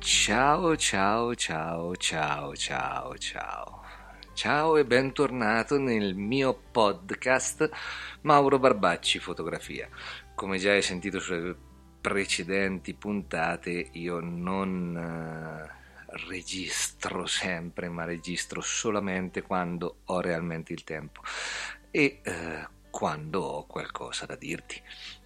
Ciao, ciao, ciao, ciao, ciao, ciao. Ciao e bentornato nel mio podcast Mauro Barbacci Fotografia. Come già hai sentito sulle precedenti puntate, io non registro sempre, ma registro solamente quando ho realmente il tempo e quando ho qualcosa da dirti.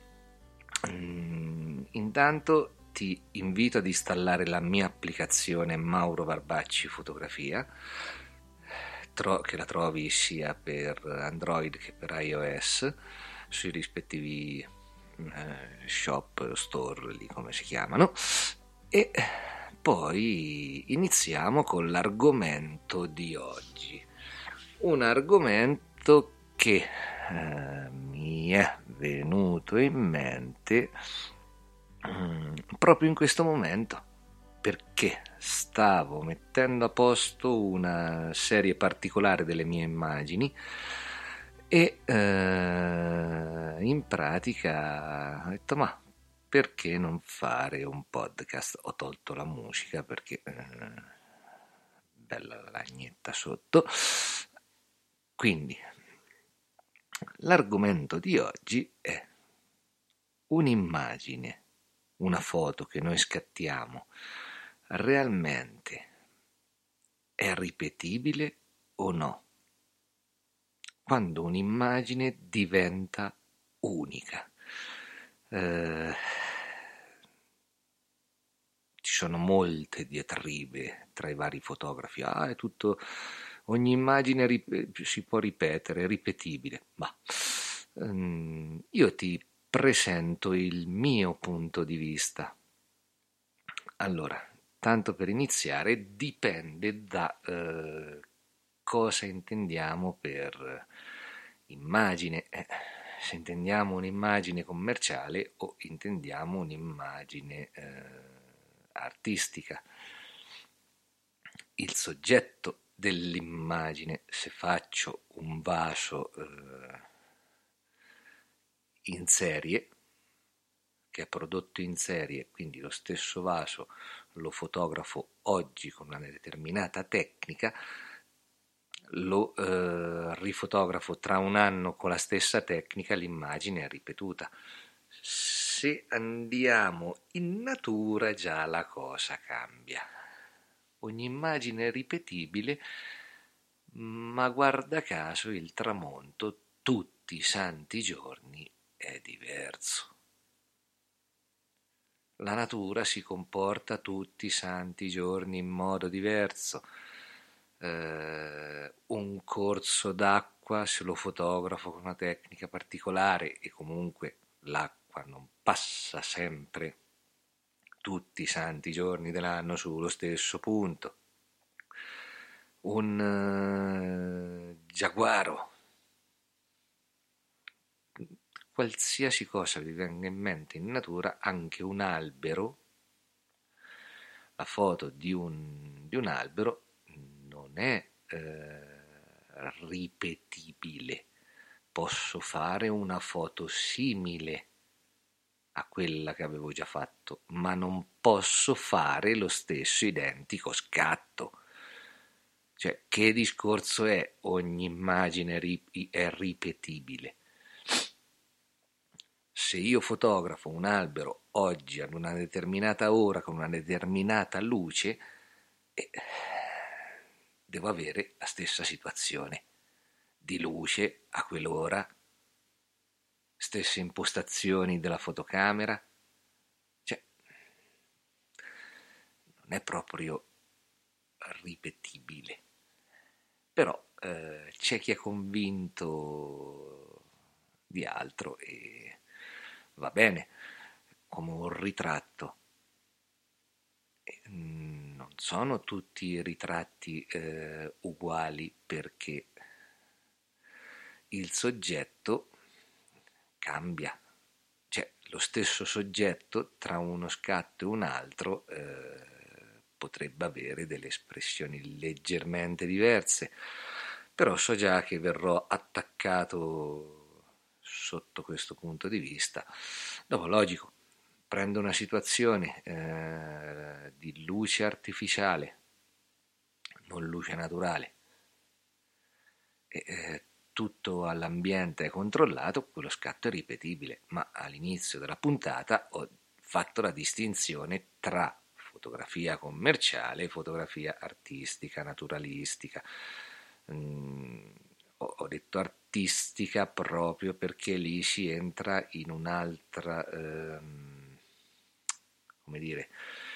Intanto ti invito ad installare la mia applicazione Mauro Barbacci Fotografia, che la trovi sia per Android che per iOS sui rispettivi shop, store, lì come si chiamano, e poi iniziamo con l'argomento di oggi. Un argomento che mi è venuto in mente proprio in questo momento, perché stavo mettendo a posto una serie particolare delle mie immagini e in pratica ho detto ma perché non fare un podcast? Ho tolto la musica perché bella la lagnetta sotto. Quindi l'argomento di oggi è un'immagine, una foto che noi scattiamo, realmente è ripetibile o no? Quando un'immagine diventa unica. Ci sono molte diatribe tra i vari fotografi. È tutto, ogni immagine si può ripetere, è ripetibile. Ma io ti presento il mio punto di vista. Allora, tanto per iniziare, dipende da cosa intendiamo per immagine. Se intendiamo un'immagine commerciale o intendiamo un'immagine artistica. Il soggetto dell'immagine, se faccio un vaso in serie, che è prodotto in serie, quindi lo stesso vaso lo fotografo oggi con una determinata tecnica, lo rifotografo tra un anno con la stessa tecnica, l'immagine è ripetuta. Se andiamo in natura già la cosa cambia. Ogni immagine è ripetibile, ma guarda caso il tramonto tutti i santi giorni è diverso. La natura si comporta tutti i santi giorni in modo diverso. Un corso d'acqua, se lo fotografo con una tecnica particolare, e comunque l'acqua non passa sempre tutti i santi giorni dell'anno sullo stesso punto. Un giaguaro, qualsiasi cosa vi venga in mente in natura, anche un albero, la foto di un albero non è ripetibile. Posso fare una foto simile a quella che avevo già fatto, ma non posso fare lo stesso identico scatto. Cioè, che discorso è ogni immagine è ripetibile? Se io fotografo un albero oggi ad una determinata ora con una determinata luce, devo avere la stessa situazione di luce a quell'ora, stesse impostazioni della fotocamera, cioè non è proprio ripetibile. Però c'è chi è convinto di altro e va bene, come un ritratto. Non sono tutti i ritratti uguali, perché il soggetto cambia. Cioè, lo stesso soggetto tra uno scatto e un altro potrebbe avere delle espressioni leggermente diverse, però so già che verrò attaccato sotto questo punto di vista. Dopo, logico, prendo una situazione di luce artificiale, non luce naturale, e tutto all'ambiente è controllato, quello scatto è ripetibile, ma all'inizio della puntata ho fatto la distinzione tra fotografia commerciale e fotografia artistica, naturalistica. Ho detto artistica proprio perché lì si entra in un'altra, come dire,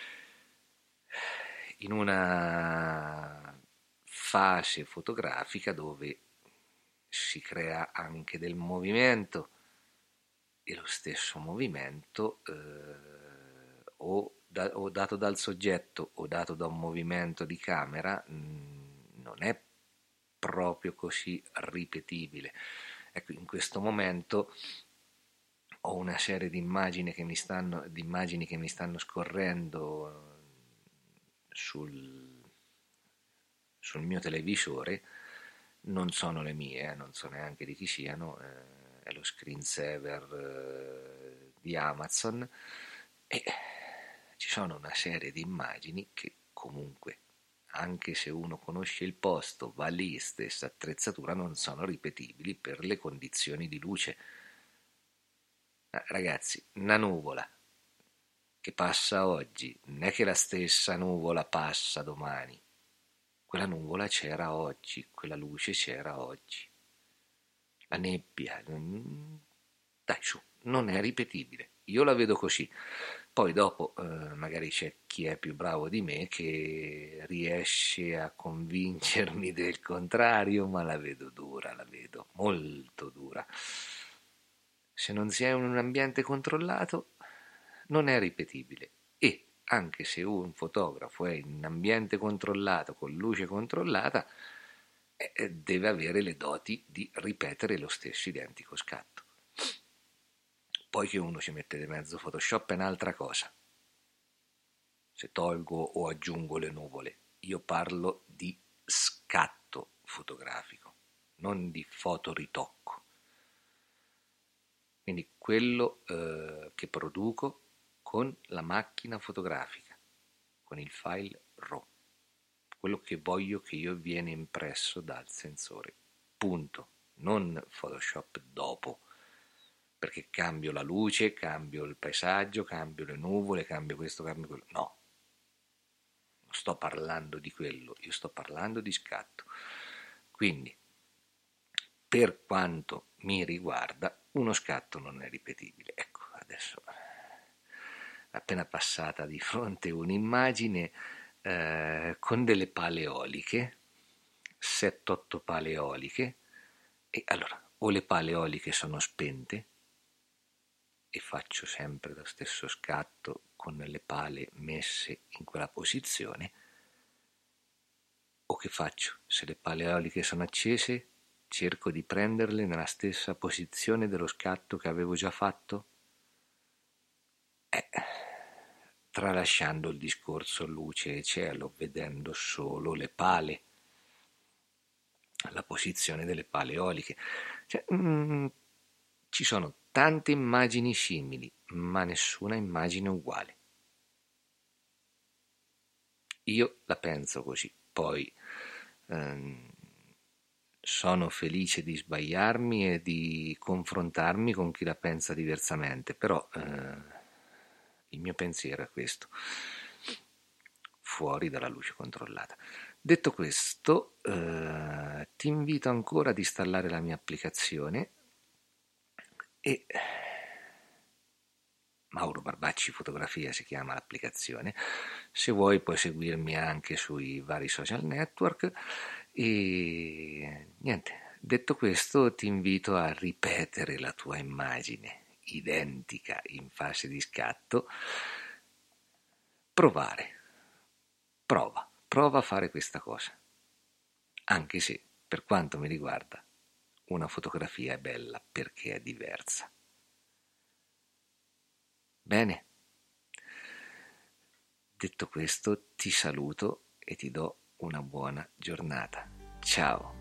in una fase fotografica dove si crea anche del movimento, e lo stesso movimento o dato dal soggetto o dato da un movimento di camera non è proprio così ripetibile. Ecco, in questo momento ho una serie di immagini che mi stanno scorrendo sul mio televisore. Non sono le mie, non so neanche di chi siano, è lo screensaver di Amazon, e ci sono una serie di immagini che comunque, anche se uno conosce il posto, va lì, stessa attrezzatura, non sono ripetibili per le condizioni di luce. Ragazzi, una nuvola che passa oggi non è che la stessa nuvola passa domani. Quella nuvola c'era oggi, quella luce c'era oggi. La nebbia, dai su, non è ripetibile. Io la vedo così. Poi dopo magari c'è chi è più bravo di me che riesce a convincermi del contrario, ma la vedo dura, la vedo molto dura. Se non si è in un ambiente controllato, non è ripetibile. E anche se un fotografo è in un ambiente controllato, con luce controllata, deve avere le doti di ripetere lo stesso identico scatto. Poi che uno ci mette di mezzo Photoshop è un'altra cosa. Se tolgo o aggiungo le nuvole, io parlo di scatto fotografico, non di fotoritocco. Quindi quello che produco con la macchina fotografica, con il file RAW, quello che voglio che io viene impresso dal sensore, punto. Non Photoshop dopo, perché cambio la luce, cambio il paesaggio, cambio le nuvole, cambio questo, cambio quello. No, non sto parlando di quello, io sto parlando di scatto. Quindi, per quanto mi riguarda, uno scatto non è ripetibile. Ecco, adesso appena passata di fronte un'immagine con delle pale eoliche, 7-8 pale eoliche, e allora o le pale eoliche sono spente e faccio sempre lo stesso scatto con le pale messe in quella posizione, o che faccio? Se le pale eoliche sono accese, cerco di prenderle nella stessa posizione dello scatto che avevo già fatto? Tralasciando il discorso luce e cielo, vedendo solo le pale, la posizione delle pale eoliche. Cioè, ci sono tante immagini simili, ma nessuna immagine uguale. Io la penso così, poi sono felice di sbagliarmi e di confrontarmi con chi la pensa diversamente, però il mio pensiero è questo, fuori dalla luce controllata. Detto questo, ti invito ancora ad installare la mia applicazione e Mauro Barbacci Fotografia si chiama l'applicazione. Se vuoi puoi seguirmi anche sui vari social network e niente, detto questo ti invito a ripetere la tua immagine identica in fase di scatto. Prova a fare questa cosa, anche se per quanto mi riguarda una fotografia è bella perché è diversa. Bene, detto questo ti saluto e ti do una buona giornata. Ciao!